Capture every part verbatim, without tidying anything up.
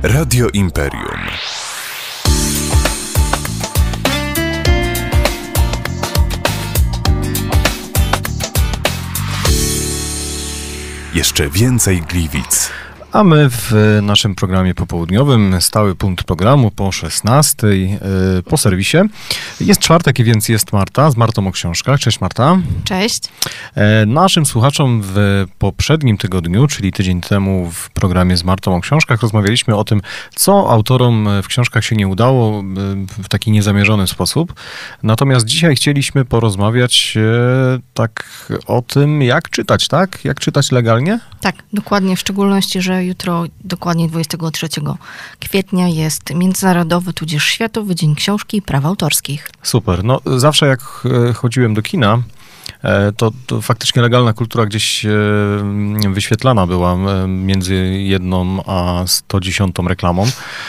Radio Imperium. Jeszcze więcej Gliwic. A my w naszym programie popołudniowym, stały punkt programu po szesnastej, yy, po serwisie. Jest czwartek, więc jest Marta, z Martą o książkach. Cześć Marta. Cześć. E, naszym słuchaczom w poprzednim tygodniu, czyli tydzień temu w programie z Martą o książkach, rozmawialiśmy o tym, co autorom w książkach się nie udało w taki niezamierzony sposób. Natomiast dzisiaj chcieliśmy porozmawiać e, tak o tym, jak czytać, tak? Jak czytać legalnie? Tak, dokładnie, w szczególności, że jutro, dokładnie dwudziestego trzeciego kwietnia jest Międzynarodowy, tudzież Światowy Dzień Książki i Praw Autorskich. Super. No zawsze jak chodziłem do kina, to, to faktycznie legalna kultura gdzieś wyświetlana była między jedną a sto dziesiątą reklamą.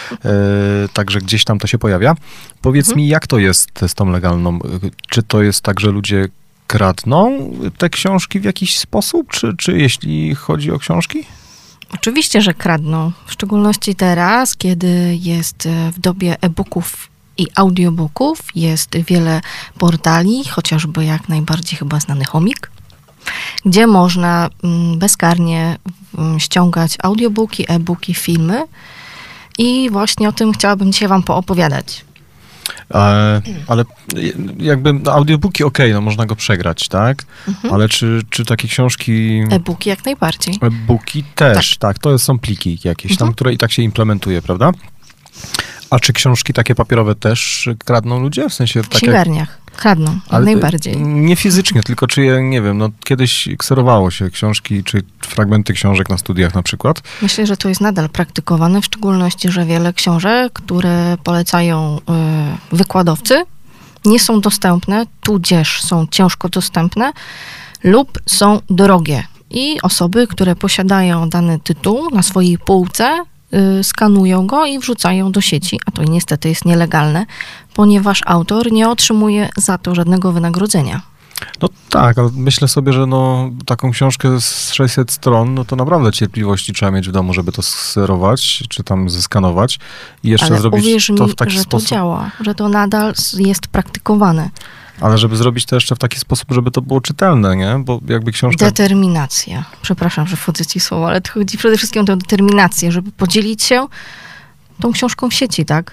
Także gdzieś tam to się pojawia. Powiedz mhm. mi, jak to jest z tą legalną? Czy to jest tak, że ludzie kradną te książki w jakiś sposób? Czy, czy jeśli chodzi o książki? Oczywiście, że kradną. W szczególności teraz, kiedy jest w dobie e-booków i audiobooków, jest wiele portali, chociażby jak najbardziej chyba znany Chomik, gdzie można bezkarnie ściągać audiobooki, e-booki, filmy. I właśnie o tym chciałabym dzisiaj wam poopowiadać. Ale, ale jakby audiobooki okej, okay, no można go przegrać, tak? Mhm. Ale czy, czy takie książki... E-booki jak najbardziej. E-booki też, tak. tak. To są pliki jakieś mhm. tam, które i tak się implementuje, prawda? A czy książki takie papierowe też kradną ludzie? W sensie... W księgarniach tak jak... kradną, jak ale najbardziej. Nie fizycznie, tylko czy je, nie wiem, no kiedyś kserowało się książki, czy fragmenty książek na studiach na przykład. Myślę, że to jest nadal praktykowane, w szczególności, że wiele książek, które polecają y, wykładowcy, nie są dostępne, tudzież są ciężko dostępne lub są drogie. I osoby, które posiadają dany tytuł na swojej półce, skanują go i wrzucają do sieci, a to niestety jest nielegalne, ponieważ autor nie otrzymuje za to żadnego wynagrodzenia. No tak, ale myślę sobie, że no, taką książkę z sześćset stron, no to naprawdę cierpliwości trzeba mieć w domu, żeby to skserować, czy tam zeskanować i jeszcze ale zrobić uwierz to mi, w taki że sposób. To działa, że to nadal jest praktykowane. Ale żeby zrobić to jeszcze w taki sposób, żeby to było czytelne, nie? Bo jakby książka... Determinacja. Przepraszam, że wchodzę ci słowo, ale to chodzi przede wszystkim o tę determinację, żeby podzielić się tą książką w sieci, tak?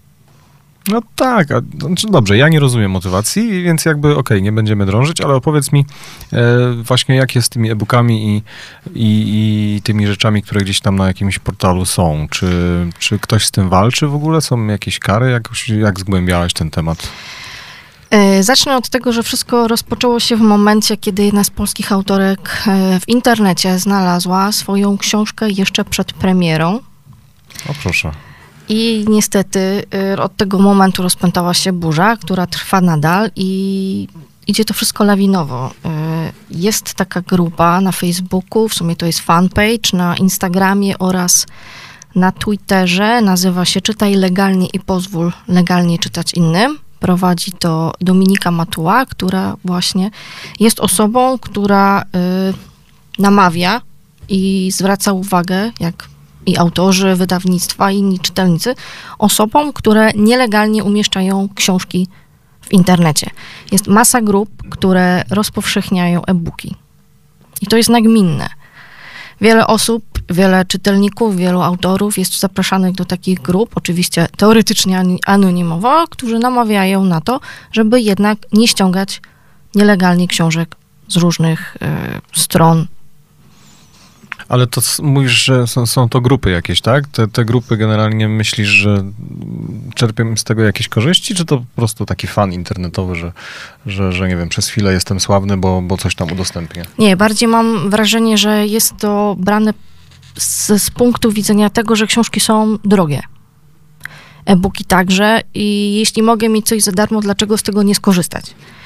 No tak, a, znaczy dobrze, ja nie rozumiem motywacji, więc jakby okej, okay, nie będziemy drążyć, ale opowiedz mi e, właśnie jak jest z tymi e-bookami i, i, i tymi rzeczami, które gdzieś tam na jakimś portalu są. Czy, czy ktoś z tym walczy w ogóle? Są jakieś kary? Jak, jak zgłębiałeś ten temat? Zacznę od tego, że wszystko rozpoczęło się w momencie, kiedy jedna z polskich autorek w internecie znalazła swoją książkę jeszcze przed premierą. O proszę. I niestety od tego momentu rozpętała się burza, która trwa nadal i idzie to wszystko lawinowo. Jest taka grupa na Facebooku, w sumie to jest fanpage, na Instagramie oraz na Twitterze. Nazywa się Czytaj legalnie i pozwól legalnie czytać innym. Prowadzi to Dominika Matuła, która właśnie jest osobą, która y, namawia i zwraca uwagę, jak i autorzy, wydawnictwa, i inni czytelnicy, osobom, które nielegalnie umieszczają książki w internecie. Jest masa grup, które rozpowszechniają e-booki. I to jest nagminne. Wiele osób, wiele czytelników, wielu autorów jest zapraszanych do takich grup, oczywiście teoretycznie anonimowo, którzy namawiają na to, żeby jednak nie ściągać nielegalnie książek z różnych y, stron. Ale to mówisz, że są, są to grupy jakieś, tak? Te, te grupy generalnie myślisz, że czerpią z tego jakieś korzyści, czy to po prostu taki fan internetowy, że, że, że nie wiem, przez chwilę jestem sławny, bo, bo coś tam udostępnię? Nie, bardziej mam wrażenie, że jest to brane z, z punktu widzenia tego, że książki są drogie. E-booki także i jeśli mogę mieć coś za darmo, dlaczego z tego nie skorzystać?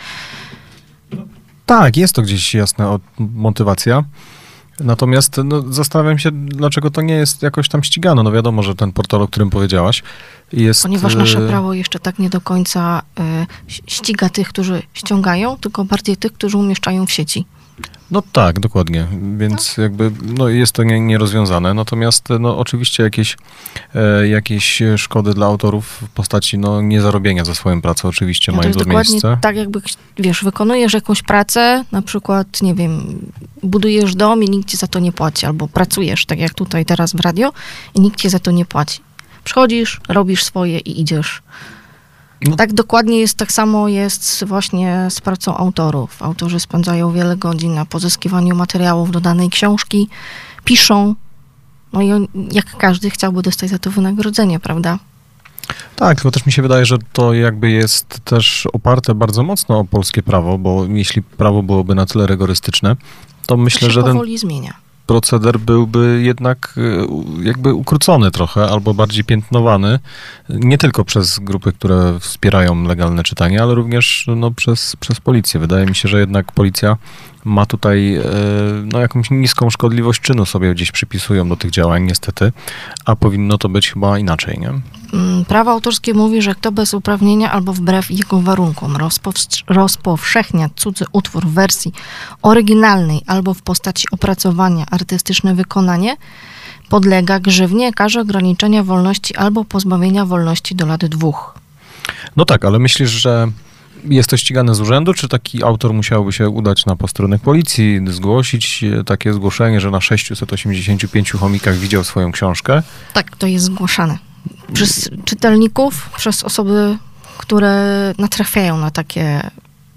Tak, jest to gdzieś jasna motywacja. Natomiast no, zastanawiam się, dlaczego to nie jest jakoś tam ścigane. No wiadomo, że ten portal, o którym powiedziałaś, jest... Ponieważ nasze prawo jeszcze tak nie do końca y, ściga tych, którzy ściągają, tylko bardziej tych, którzy umieszczają w sieci. No tak, dokładnie. Więc no. jakby no jest to nie, nierozwiązane. Natomiast no oczywiście jakieś, e, jakieś szkody dla autorów w postaci no niezarobienia za swoją pracę oczywiście no mają to to dokładnie miejsce. Tak jakby, wiesz, wykonujesz jakąś pracę, na przykład, nie wiem, budujesz dom i nikt ci za to nie płaci, albo pracujesz, tak jak tutaj teraz w radio i nikt ci za to nie płaci. Przychodzisz, robisz swoje i idziesz. No. Tak dokładnie jest, tak samo jest właśnie z pracą autorów. Autorzy spędzają wiele godzin na pozyskiwaniu materiałów do danej książki, piszą, no i on, jak każdy chciałby dostać za to wynagrodzenie, prawda? Tak, tylko też mi się wydaje, że to jakby jest też oparte bardzo mocno o polskie prawo, bo jeśli prawo byłoby na tyle rygorystyczne, to myślę, to się że ten powoli zmienia. proceder byłby jednak jakby ukrócony trochę, albo bardziej piętnowany, nie tylko przez grupy, które wspierają legalne czytanie, ale również no, przez, przez policję. Wydaje mi się, że jednak policja ma tutaj no, jakąś niską szkodliwość czynu sobie gdzieś przypisują do tych działań, niestety, a powinno to być chyba inaczej, nie? Prawo autorskie mówi, że kto bez uprawnienia albo wbrew jego warunkom rozpow- rozpowszechnia cudzy utwór w wersji oryginalnej albo w postaci opracowania artystyczne wykonanie, podlega grzywnie, karze ograniczenia wolności albo pozbawienia wolności do lat dwóch. No tak, ale myślisz, że jest to ścigane z urzędu, czy taki autor musiałby się udać na posterunek policji, zgłosić takie zgłoszenie, że na sześciuset osiemdziesięciu pięciu chomikach widział swoją książkę? Tak, to jest zgłaszane. Przez czytelników, przez osoby, które natrafiają na takie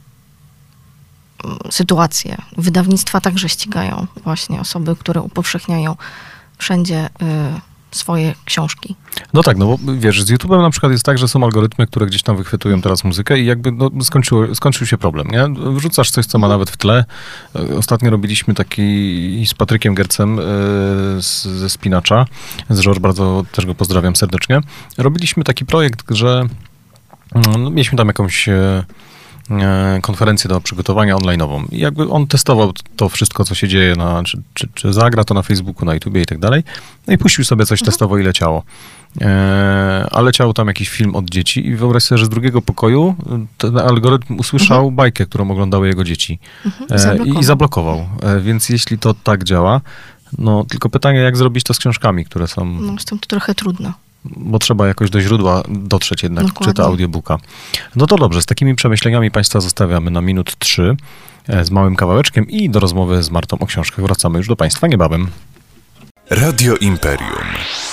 sytuacje. Wydawnictwa także ścigają właśnie osoby, które upowszechniają wszędzie y, swoje książki. No tak, no bo wiesz, z YouTube'em na przykład jest tak, że są algorytmy, które gdzieś tam wychwytują teraz muzykę i jakby no, skończyło, skończył się problem, nie? Wrzucasz coś, co ma nawet w tle. Ostatnio robiliśmy taki z Patrykiem Gercem y, z, ze Spinacza, z Żor, bardzo też go pozdrawiam serdecznie. Robiliśmy taki projekt, że no, mieliśmy tam jakąś y, konferencję do przygotowania online'ową. I jakby on testował to wszystko, co się dzieje, na, czy, czy, czy zagra to na Facebooku, na YouTubie i tak dalej. No i puścił sobie coś mhm. testowo i leciało. E, a leciał tam jakiś film od dzieci i wyobraź sobie, że z drugiego pokoju ten algorytm usłyszał mhm. bajkę, którą oglądały jego dzieci. Mhm. E, zablokował. I zablokował. E, więc jeśli to tak działa, no tylko pytanie, jak zrobić to z książkami, które są... No z tym to trochę trudno. Bo trzeba jakoś do źródła dotrzeć jednak, Dokładnie. czyta audiobooka. No to dobrze, z takimi przemyśleniami Państwa zostawiamy na minut trzy z małym kawałeczkiem i do rozmowy z Martą o książkach wracamy już do Państwa niebawem. Radio Imperium.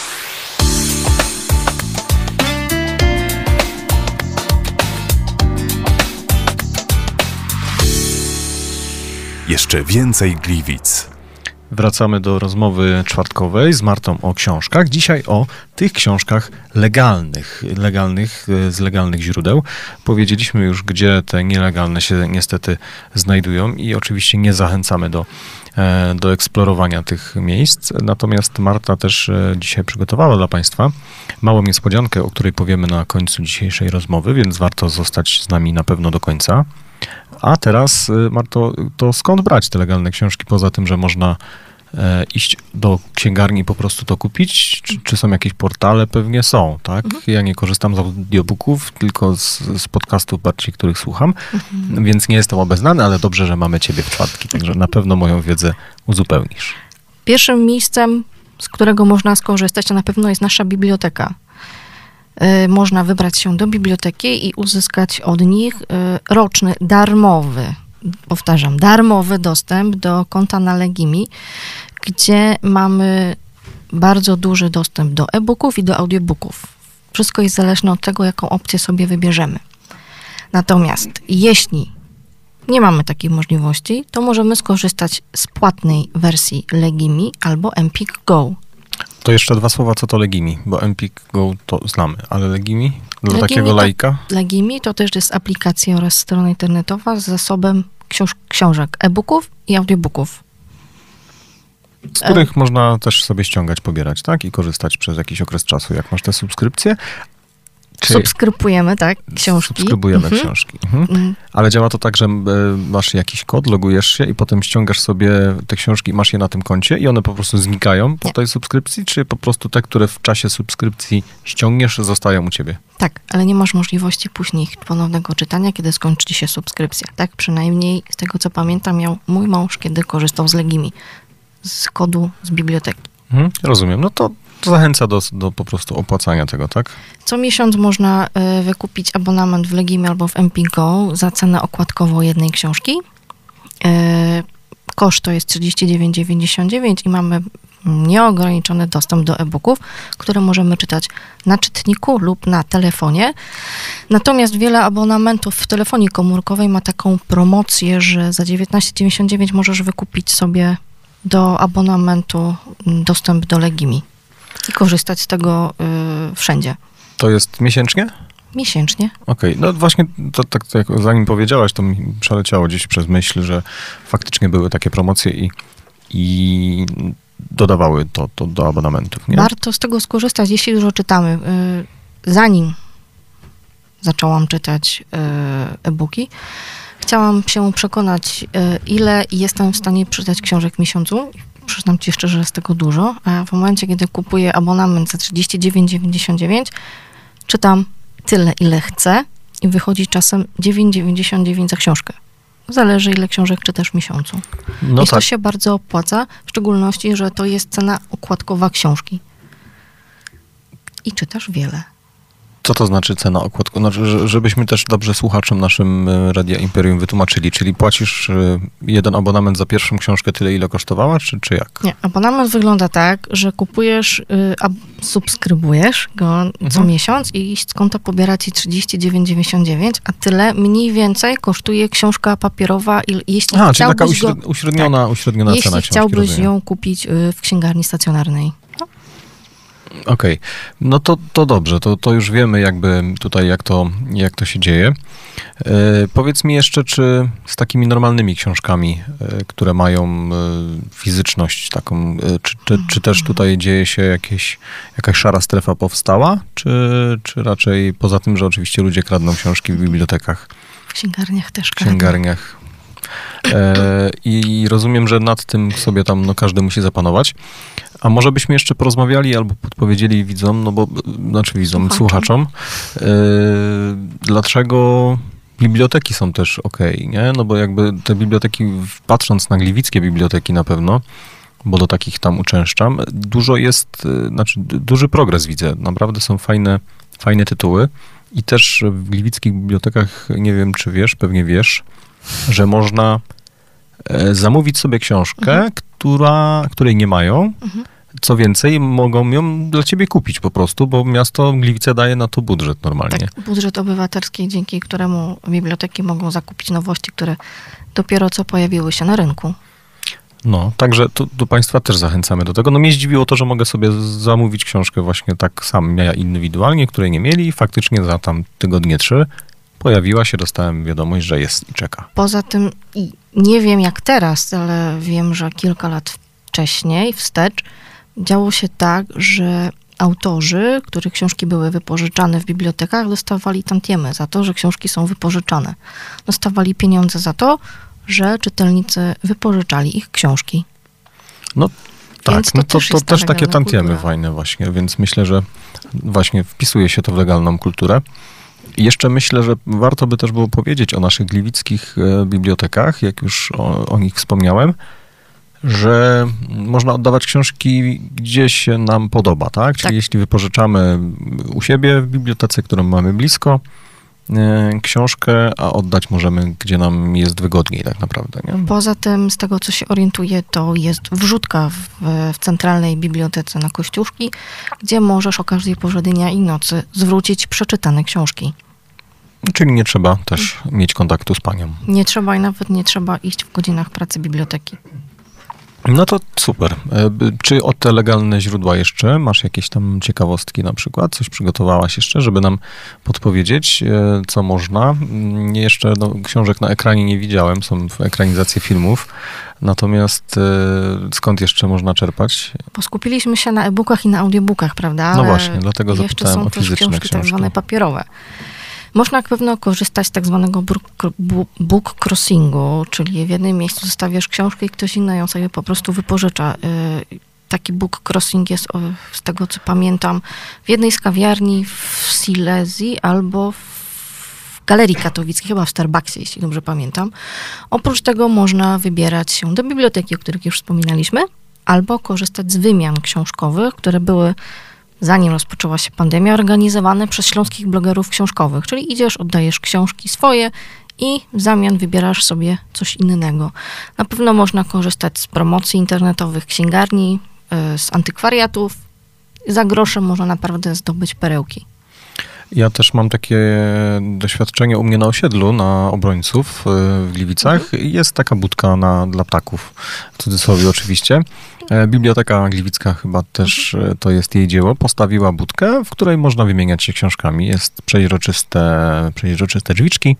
Jeszcze więcej Gliwic. Wracamy do rozmowy czwartkowej z Martą o książkach. Dzisiaj o tych książkach legalnych, legalnych z legalnych źródeł. Powiedzieliśmy już, gdzie te nielegalne się niestety znajdują i oczywiście nie zachęcamy do, do eksplorowania tych miejsc. Natomiast Marta też dzisiaj przygotowała dla Państwa małą niespodziankę, o której powiemy na końcu dzisiejszej rozmowy, więc warto zostać z nami na pewno do końca. A teraz, Marto, to skąd brać te legalne książki, poza tym, że można e, iść do księgarni i po prostu to kupić? Czy, czy są jakieś portale? Pewnie są, tak? Mhm. Ja nie korzystam z audiobooków, tylko z, z podcastów bardziej, których słucham, mhm. więc nie jestem obeznany, ale dobrze, że mamy ciebie w czwartki, także na pewno moją wiedzę uzupełnisz. Pierwszym miejscem, z którego można skorzystać, to na pewno jest nasza biblioteka. Można wybrać się do biblioteki i uzyskać od nich roczny, darmowy, powtarzam, darmowy dostęp do konta na Legimi, gdzie mamy bardzo duży dostęp do e-booków i do audiobooków. Wszystko jest zależne od tego, jaką opcję sobie wybierzemy. Natomiast jeśli nie mamy takiej możliwości, to możemy skorzystać z płatnej wersji Legimi albo Empik Go. To jeszcze dwa słowa, co to Legimi, bo Empik Go to znamy, ale Legimi? Dla Legimi takiego laika? To, Legimi to też jest aplikacja oraz strona internetowa z zasobem książ- książek, e-booków i audiobooków. Z których e- można też sobie ściągać, pobierać, tak? I korzystać przez jakiś okres czasu, jak masz te subskrypcje. Czyli subskrybujemy, tak, książki. Subskrybujemy mhm. książki. Mhm. Mhm. Ale działa to tak, że masz jakiś kod, logujesz się i potem ściągasz sobie te książki, masz je na tym koncie i one po prostu znikają po Nie. tej subskrypcji, czy po prostu te, które w czasie subskrypcji ściągniesz, zostają u ciebie? Tak, ale nie masz możliwości później ich ponownego czytania, kiedy skończy ci się subskrypcja. Tak, przynajmniej z tego, co pamiętam, miał mój mąż, kiedy korzystał z Legimi, z kodu z biblioteki. Mhm. Rozumiem. No to, to zachęca do, do po prostu opłacania tego, tak? Co miesiąc można y, wykupić abonament w Legimie albo w M P Go za cenę okładkową jednej książki. Y, koszt to jest trzydzieści dziewięć dziewięćdziesiąt dziewięć i mamy nieograniczony dostęp do e-booków, które możemy czytać na czytniku lub na telefonie. Natomiast wiele abonamentów w telefonii komórkowej ma taką promocję, że za dziewiętnaście dziewięćdziesiąt dziewięć możesz wykupić sobie do abonamentu dostęp do Legimi i korzystać z tego y, wszędzie. To jest miesięcznie? Miesięcznie. Okej, okay. No właśnie, to, tak, tak zanim powiedziałaś, to mi przeleciało gdzieś przez myśl, że faktycznie były takie promocje i, i dodawały to, to do abonamentów, nie? Warto z tego skorzystać, jeśli dużo czytamy. Y, zanim zaczęłam czytać y, e-booki, chciałam się przekonać, y, ile jestem w stanie przeczytać książek w miesiącu. Przyznam ci szczerze, że jest tego dużo, a w momencie, kiedy kupuję abonament za trzydzieści dziewięć dziewięćdziesiąt dziewięć, czytam tyle, ile chcę i wychodzi czasem dziewięć dziewięćdziesiąt dziewięć za książkę. Zależy, ile książek czytasz w miesiącu. No I to tak. się bardzo opłaca, w szczególności, że to jest cena okładkowa książki. I czytasz wiele. Co to znaczy cena okładku? Znaczy, że- żebyśmy też dobrze słuchaczom naszym y, Radia Imperium wytłumaczyli, czyli płacisz y, jeden abonament za pierwszą książkę tyle, ile kosztowała, czy, czy jak? Nie, abonament wygląda tak, że kupujesz, y, ab- subskrybujesz go co Mhm. miesiąc i z konta pobiera ci trzydzieści dziewięć dziewięćdziesiąt dziewięć, a tyle mniej więcej kosztuje książka papierowa, il- jeśli Aha, czyli taka chciałbyś go, uśred- uśredniona, uśredniona jeśli cena książki, chciałbyś rozumiem. ją kupić y, w księgarni stacjonarnej. Okej, no to, to dobrze, to, to już wiemy jakby tutaj, jak to, jak to się dzieje. E, powiedz mi jeszcze, czy z takimi normalnymi książkami, e, które mają e, fizyczność taką, e, czy, czy, czy też tutaj dzieje się jakieś, jakaś szara strefa powstała, czy, czy raczej poza tym, że oczywiście ludzie kradną książki w bibliotekach, W księgarniach też w księgarniach. E, I rozumiem, że nad tym sobie tam no, każdy musi zapanować. A może byśmy jeszcze porozmawiali albo podpowiedzieli widzom, no bo, znaczy widzom, Słuchaczom. słuchaczom, e, dlaczego biblioteki są też okej, nie? No bo jakby te biblioteki, patrząc na gliwickie biblioteki na pewno, bo do takich tam uczęszczam, dużo jest, e, znaczy du- duży progres widzę. Naprawdę są fajne, fajne tytuły. I też w gliwickich bibliotekach, nie wiem czy wiesz, pewnie wiesz, że można e, zamówić sobie książkę, Mhm. która, której nie mają. Mhm. Co więcej, mogą ją dla ciebie kupić po prostu, bo miasto Gliwice daje na to budżet normalnie. Tak, budżet obywatelski, dzięki któremu biblioteki mogą zakupić nowości, które dopiero co pojawiły się na rynku. No, także tu, do Państwa też zachęcamy do tego. No mnie zdziwiło to, że mogę sobie zamówić książkę właśnie tak sam, ja indywidualnie, której nie mieli i faktycznie za tam tygodnie trzy pojawiła się, dostałem wiadomość, że jest i czeka. Poza tym, i nie wiem jak teraz, ale wiem, że kilka lat wcześniej, wstecz, działo się tak, że autorzy, których książki były wypożyczane w bibliotekach, dostawali tantiemy za to, że książki są wypożyczane. Dostawali pieniądze za to, że czytelnicy wypożyczali ich książki. No tak, Więc to no to, też to jest ta też takie legalna tantiemy kultura. fajne właśnie, więc myślę, że właśnie wpisuje się to w legalną kulturę. I jeszcze myślę, że warto by też było powiedzieć o naszych gliwickich e, bibliotekach, jak już o, o nich wspomniałem, że można oddawać książki gdzie się nam podoba, tak? Czyli Tak. jeśli wypożyczamy u siebie w bibliotece, którą mamy blisko, e, książkę, a oddać możemy, gdzie nam jest wygodniej tak naprawdę, nie? Poza tym, z tego co się orientuję, to jest wrzutka w, w centralnej bibliotece na Kościuszki, gdzie możesz o każdej porze dnia i nocy zwrócić przeczytane książki. Czyli nie trzeba też mieć kontaktu z panią. Nie trzeba i nawet nie trzeba iść w godzinach pracy biblioteki. No to super. Czy o te legalne źródła jeszcze masz jakieś tam ciekawostki na przykład? Coś przygotowałaś jeszcze, żeby nam podpowiedzieć, co można? Jeszcze no, książek na ekranie nie widziałem, są w ekranizacji filmów. Natomiast skąd jeszcze można czerpać? Bo skupiliśmy się na e-bookach i na audiobookach, prawda? No właśnie, dlatego jeszcze zapytałem są o też fizyczne książki, książki. tak zwane papierowe. Można na pewno korzystać z tak zwanego book crossingu, czyli w jednym miejscu zostawiasz książkę i ktoś inny ją sobie po prostu wypożycza. Taki book crossing jest, z tego co pamiętam, w jednej z kawiarni w Silesii albo w Galerii Katowickiej, chyba w Starbucksie, jeśli dobrze pamiętam. Oprócz tego można wybierać się do biblioteki, o których już wspominaliśmy, albo korzystać z wymian książkowych, które były, zanim rozpoczęła się pandemia, organizowane przez śląskich blogerów książkowych. Czyli idziesz, oddajesz książki swoje i w zamian wybierasz sobie coś innego. Na pewno można korzystać z promocji internetowych, księgarni, z antykwariatów. Za grosze można naprawdę zdobyć perełki. Ja też mam takie doświadczenie u mnie na osiedlu, na Obrońców w Gliwicach. Mhm. Jest taka budka na, dla ptaków, w cudzysłowie oczywiście. Biblioteka Gliwicka chyba też mhm. to jest jej dzieło. Postawiła budkę, w której można wymieniać się książkami. Jest przeźroczyste, przeźroczyste drzwiczki.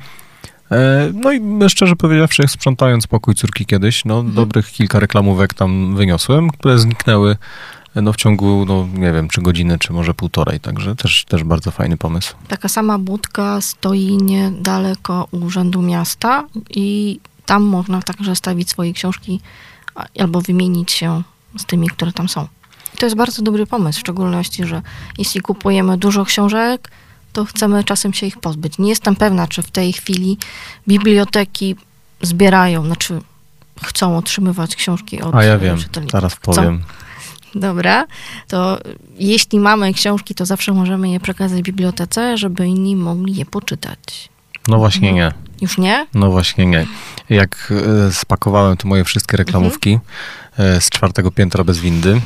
No i szczerze powiedziawszy, sprzątając pokój córki kiedyś, no mhm. dobrych kilka reklamówek tam wyniosłem, które zniknęły no w ciągu, no nie wiem, czy godziny, czy może półtorej, także też, też bardzo fajny pomysł. Taka sama budka stoi niedaleko Urzędu Miasta i tam można także stawić swoje książki albo wymienić się z tymi, które tam są. I to jest bardzo dobry pomysł, w szczególności, że jeśli kupujemy dużo książek, to chcemy czasem się ich pozbyć. Nie jestem pewna, czy w tej chwili biblioteki zbierają, znaczy chcą otrzymywać książki od A ja wiem, czytelników. zaraz powiem. Chcą? Dobra, to jeśli mamy książki, to zawsze możemy je przekazać bibliotece, żeby inni mogli je poczytać. No właśnie nie. Już nie? No właśnie nie. Jak spakowałem tu moje wszystkie reklamówki mhm. z czwartego piętra bez windy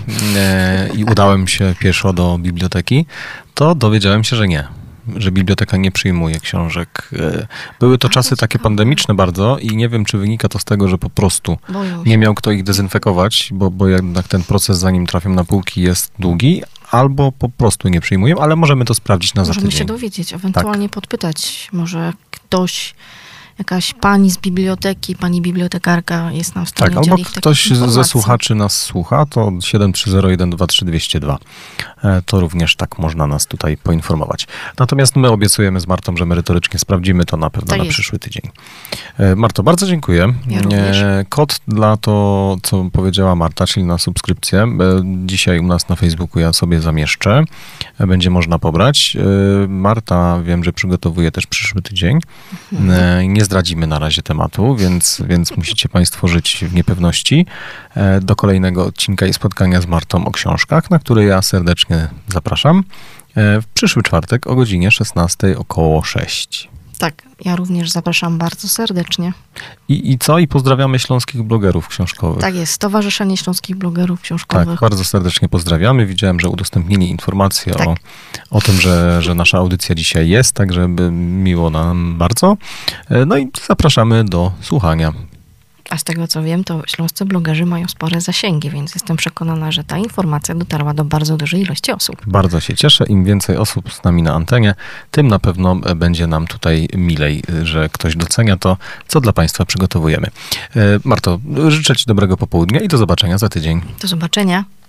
i udałem się pieszo do biblioteki, to dowiedziałem się, że nie. Że biblioteka nie przyjmuje książek. Były to A, czasy to takie pandemiczne bardzo i nie wiem, czy wynika to z tego, że po prostu nie miał kto ich dezynfekować, bo, bo jednak ten proces, zanim trafią na półki, jest długi, albo po prostu nie przyjmują, ale możemy to sprawdzić na za tydzień. Możemy się dowiedzieć, ewentualnie tak. podpytać. Może ktoś, jakaś pani z biblioteki, pani bibliotekarka jest nam w stanie Tak, albo ktoś ze słuchaczy nas słucha, to siedem trzy zero jeden dwa trzy dwa zero dwa. To również tak można nas tutaj poinformować. Natomiast my obiecujemy z Martą, że merytorycznie sprawdzimy to na pewno tak na jest. przyszły tydzień. Marto, bardzo dziękuję. Ja również. Kod dla to, co powiedziała Marta, czyli na subskrypcję. Dzisiaj u nas na Facebooku ja sobie zamieszczę. Będzie można pobrać. Marta, wiem, że przygotowuje też przyszły tydzień. Mhm. Nie zdradzimy na razie tematu, więc, więc musicie Państwo żyć w niepewności. Do kolejnego odcinka i spotkania z Martą o książkach, na który ja serdecznie zapraszam w przyszły czwartek o godzinie szesnastej około sześć. Tak, ja również zapraszam bardzo serdecznie. I, I co? I pozdrawiamy śląskich blogerów książkowych. Tak jest, Stowarzyszenie Śląskich Blogerów Książkowych. Tak, bardzo serdecznie pozdrawiamy. Widziałem, że udostępnili informacje tak. o, o tym, że, że nasza audycja dzisiaj jest, także miło nam bardzo. No i zapraszamy do słuchania. A z tego co wiem, to śląscy blogerzy mają spore zasięgi, więc jestem przekonana, że ta informacja dotarła do bardzo dużej ilości osób. Bardzo się cieszę. Im więcej osób z nami na antenie, tym na pewno będzie nam tutaj milej, że ktoś docenia to, co dla Państwa przygotowujemy. Marto, życzę Ci dobrego popołudnia i do zobaczenia za tydzień. Do zobaczenia.